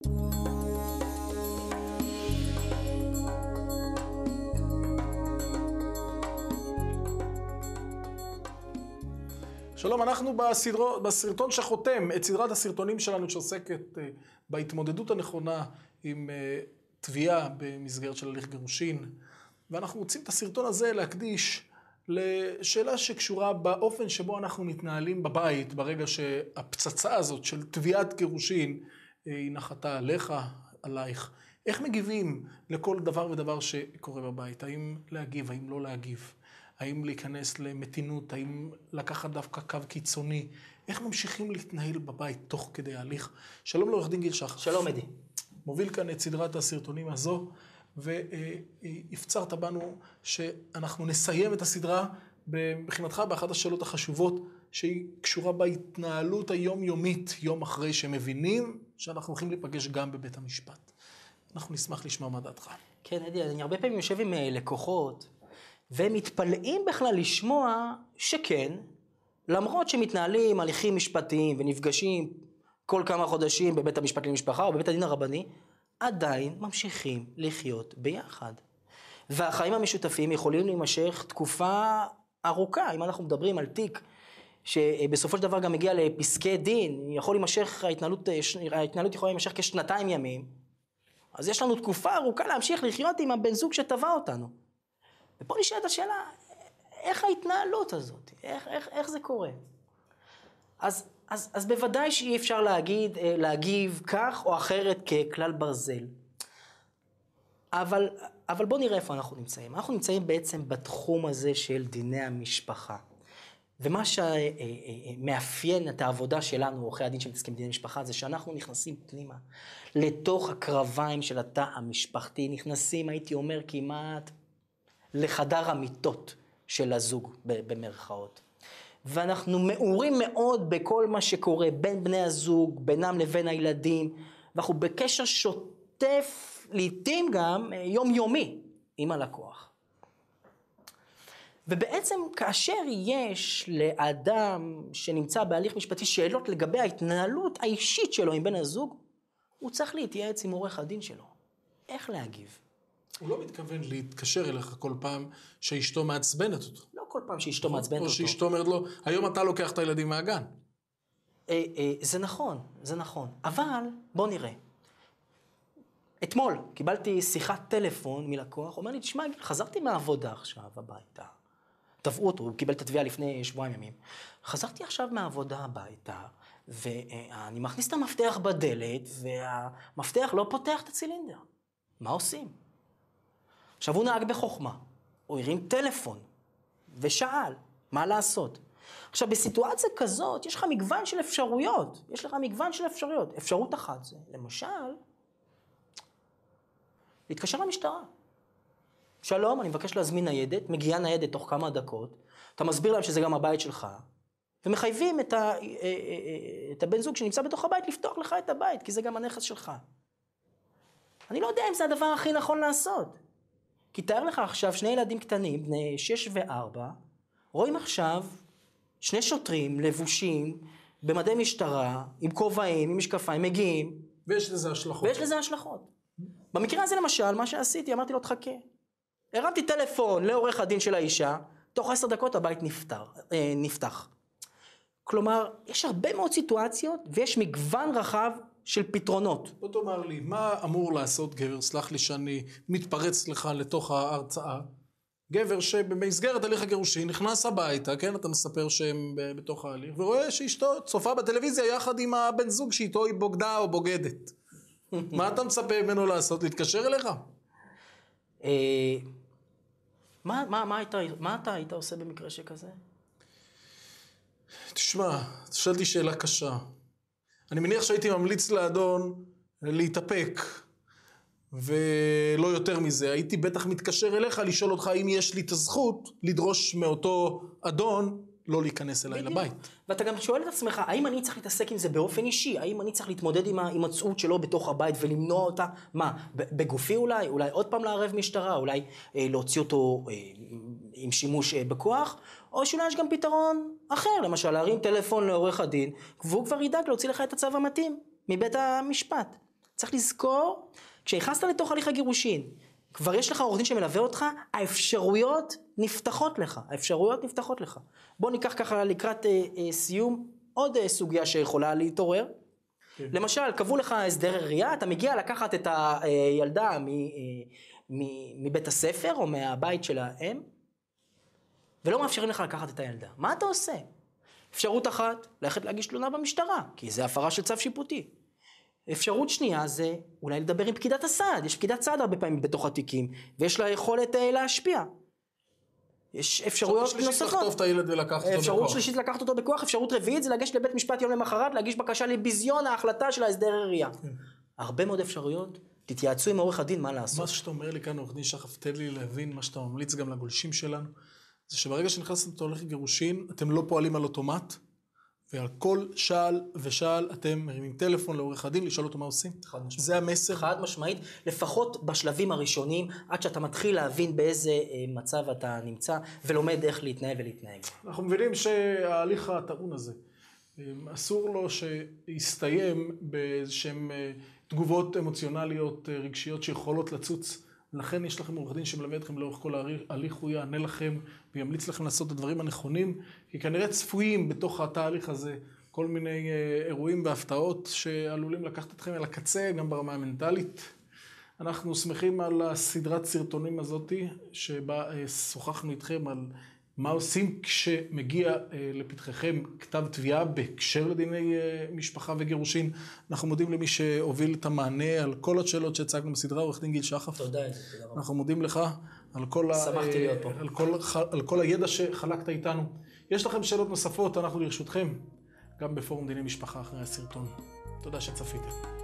שלום, אנחנו בסרטון שחותם את סדרת הסרטונים שלנו שעוסקת בהתמודדות הנכונה עם תביעה במסגרת של הליך גירושין. ואנחנו רוצים את הסרטון הזה להקדיש לשאלה שקשורה באופן שבו אנחנו מתנהלים בבית, ברגע שהפצצה הזאת של תביעת גירושין היא נחתה עליך, עלייך. איך מגיבים לכל דבר ודבר שקורה בבית? האם להגיב, האם לא להגיב? האם להיכנס למתינות, האם לקחת דווקא קו קיצוני? איך ממשיכים להתנהל בבית תוך כדי ההליך? שלום לעורך דין גיל שחר. שלום אדי. מוביל כאן את סדרת הסרטונים הזו, והפצרת בנו שאנחנו נסיים את הסדרה מבחינתך באחת השאלות החשובות, שהיא קשורה בהתנהלות היומיומית, יום אחרי שמבינים שאנחנו הולכים להיפגש גם בבית המשפט. אנחנו נשמח לשמוע מה דעתך. כן אדי, אני הרבה פעמים יושב עם לקוחות, והם מתפלאים בכלל לשמוע שכן, למרות שמתנהלים הליכים משפטיים ונפגשים כל כמה חודשים בבית המשפט למשפחה או בבית הדין הרבני, עדיין ממשיכים לחיות ביחד. והחיים המשותפים יכולים להימשך תקופה ארוכה. אם אנחנו מדברים על תיק שבסופו של דבר גם מגיע לפסקי דין, ההתנהלות יכולה להימשך כשנתיים ימים, אז יש לנו תקופה ארוכה להמשיך לחיות עם הבן זוג שטבע אותנו. ופה נשאלת השאלה, איך ההתנהלות הזאת? איך זה קורה? אז בוודאי שאי אפשר להגיב כך או אחרת ככלל ברזל. אבל בוא נראה איפה אנחנו נמצאים. אנחנו נמצאים בעצם בתחום הזה של דיני המשפחה. ומה שמאפיין את העבודה שלנו, עורכי הדין שמתעסקים בדיני משפחה, זה שאנחנו נכנסים פנימה לתוך הקרביים של התא המשפחתי, נכנסים, הייתי אומר, כמעט לחדר המיטות של הזוג במרכאות. ואנחנו מעורים מאוד בכל מה שקורה בין בני הזוג, בינם לבין הילדים, ואנחנו בקשר שוטף, לעתים גם יומיומי, עם הלקוח. ובעצם כאשר יש לאדם שנמצא בהליך משפטי שאלות לגבי ההתנהלות האישית שלו עם בן הזוג, הוא צריך להתייעץ עם עורך הדין שלו. איך להגיב? הוא לא מתכוון להתקשר אליך כל פעם שאשתו מעצבנת אותו. לא כל פעם שאשתו מעצבנת אותו. או שאשתו אומרת לו, היום אתה לוקח את הילדים מהגן. זה נכון. אבל בוא נראה. אתמול קיבלתי שיחת טלפון מלקוח, אומר לי, תשמע, חזרתי מהעבודה עכשיו הביתה. תבעו אותו, הוא קיבל את התביעה לפני שבועיים ימים. חזרתי עכשיו מהעבודה הביתה, ואני מכניס את המפתח בדלת, והמפתח לא פותח את הצילינדר. מה עושים? עכשיו הוא נהג בחוכמה, הוא הרים טלפון ושאל מה לעשות. עכשיו בסיטואציה כזאת יש לך מגוון של אפשרויות, אפשרות אחת זה, למשל, להתקשר למשטרה. שלום, אני מבקש להזמין ניידת, מגיעה ניידת תוך כמה דקות, אתה מסביר להם שזה גם הבית שלך, ומחייבים את הבן זוג שנמצא בתוך הבית לפתוח לך את הבית, כי זה גם הנכס שלך. אני לא יודע אם זה הדבר הכי נכון לעשות. כי תאר לך עכשיו שני ילדים קטנים, בני 6 ו4, רואים עכשיו שני שוטרים לבושים במדי משטרה, עם כובעים, עם משקפיים, מגיעים. ויש לזה השלכות. במקרה הזה למשל, מה שעשיתי, אמרתי לו, תחכה. הרמתי טלפון לעורך הדין של האישה, תוך 10 דקות הבית נפתח. כלומר, יש הרבה מאוד סיטואציות, ויש מגוון רחב של פתרונות. בוא תאמר לי, מה אמור לעשות גבר? סלח לי שאני מתפרץ לך לתוך ההרצאה. גבר שבמסגרת הליך הגירושין נכנס הביתה, כן? אתה מספר שהם בתוך ההליך, ורואה שאשתו צופה בטלוויזיה יחד עם הבן זוג שאיתו היא בוגדה או בוגדת. מה אתה מצפה ממנו לעשות? להתקשר אליך? מה אתה היית עושה במקרה שכזה? תשמע, שאלתי שאלה קשה. אני מניח שהייתי ממליץ לאדון להתאפק, ולא יותר מזה. הייתי בטח מתקשר אליך לשאול אותך האם יש לי את הזכות לדרוש מאותו אדון לא להיכנס אליי לבית. ואתה גם שואל את עצמך, האם אני צריך להתעסק עם זה באופן אישי? האם אני צריך להתמודד עם ההימצאות שלו בתוך הבית ולמנוע אותה? מה, בגופי אולי? אולי עוד פעם לערב משטרה? אולי להוציא אותו עם שימוש בכוח? או שאולי יש גם פתרון אחר, למשל להרים טלפון לעורך הדין, והוא כבר ידאג להוציא לך את הצו המתאים מבית המשפט. צריך לזכור, כשנכנסת לתוך הליך הגירושין, כבר יש לך עורך דין שמלווה אותך, האפשרויות נפתחות לך. בוא ניקח ככה לקראת סיום עוד סוגיה שיכולה להתעורר. כן. למשל, קבעו לך הסדר ראייה, אתה מגיע לקחת את הילדה מבית הספר או מהבית של האם, ולא מאפשרים לך לקחת את הילדה. מה אתה עושה? אפשרות אחת, ללכת להגיש תלונה במשטרה, כי זה הפרה של צו שיפוטי. אפשרות שנייה זה אולי לדבר עם פקידת הסעד, יש פקידת סעד הרבה פעמים בתוך התיקים, ויש לה יכולת להשפיע. יש אפשרויות נוספות. לחטוף את הילד ולקחת אותו בכוח. אפשרות שלישית לקחת אותו בכוח, אפשרות רביעית זה לגשת לבית משפט יום למחרת, להגיש בקשה לביזיון ההחלטה של ההסדר הראייה. הרבה מאוד אפשרויות, תתייעצו עם עורך הדין מה לעשות. מה שאתה אומר לי כאן, עורך דין שחף, תן לי להבין מה שאתה ממליץ גם לגולשים שלנו, זה שברגע שנכנסתם לתהליך גירושין, אתם לא פועלים על אוטומט, ועל כל שעל ושעל אתם מרימים טלפון לעורך הדין, לשאול אותו מה עושים. זה המסר. חד משמעית, לפחות בשלבים הראשונים, עד שאתה מתחיל להבין באיזה מצב אתה נמצא, ולומד איך להתנהל ולהתנהג. אנחנו מבינים שההליך הטעון הזה, אסור לו שיסתיים באיזשהם תגובות אמוציונליות, רגשיות שיכולות לצוץ. לכן יש לכם עורך דין שמלווה אתכם לאורך כל ההליך, הוא יענה לכם וימליץ לכם לעשות את הדברים הנכונים, כי כנראה צפויים בתוך התהליך הזה כל מיני אירועים והפתעות שעלולים לקחת אתכם אל הקצה, גם ברמה המנטלית. אנחנו שמחים על הסדרת סרטונים הזאת, שבה שוחחנו איתכם על מה עושים כשמגיע לפתחכם כתב תביעה בהקשר לדיני משפחה וגירושין. אנחנו מודים למי שהוביל את המענה על כל השאלות שהצגנו בסדרה, עורך דין גיל שחף. תודה רבה. אנחנו מודים לך על כל הידע שחלקת איתנו. יש לכם שאלות נוספות, אנחנו לרשותכם, גם בפורום דיני משפחה אחרי הסרטון. תודה שצפיתם.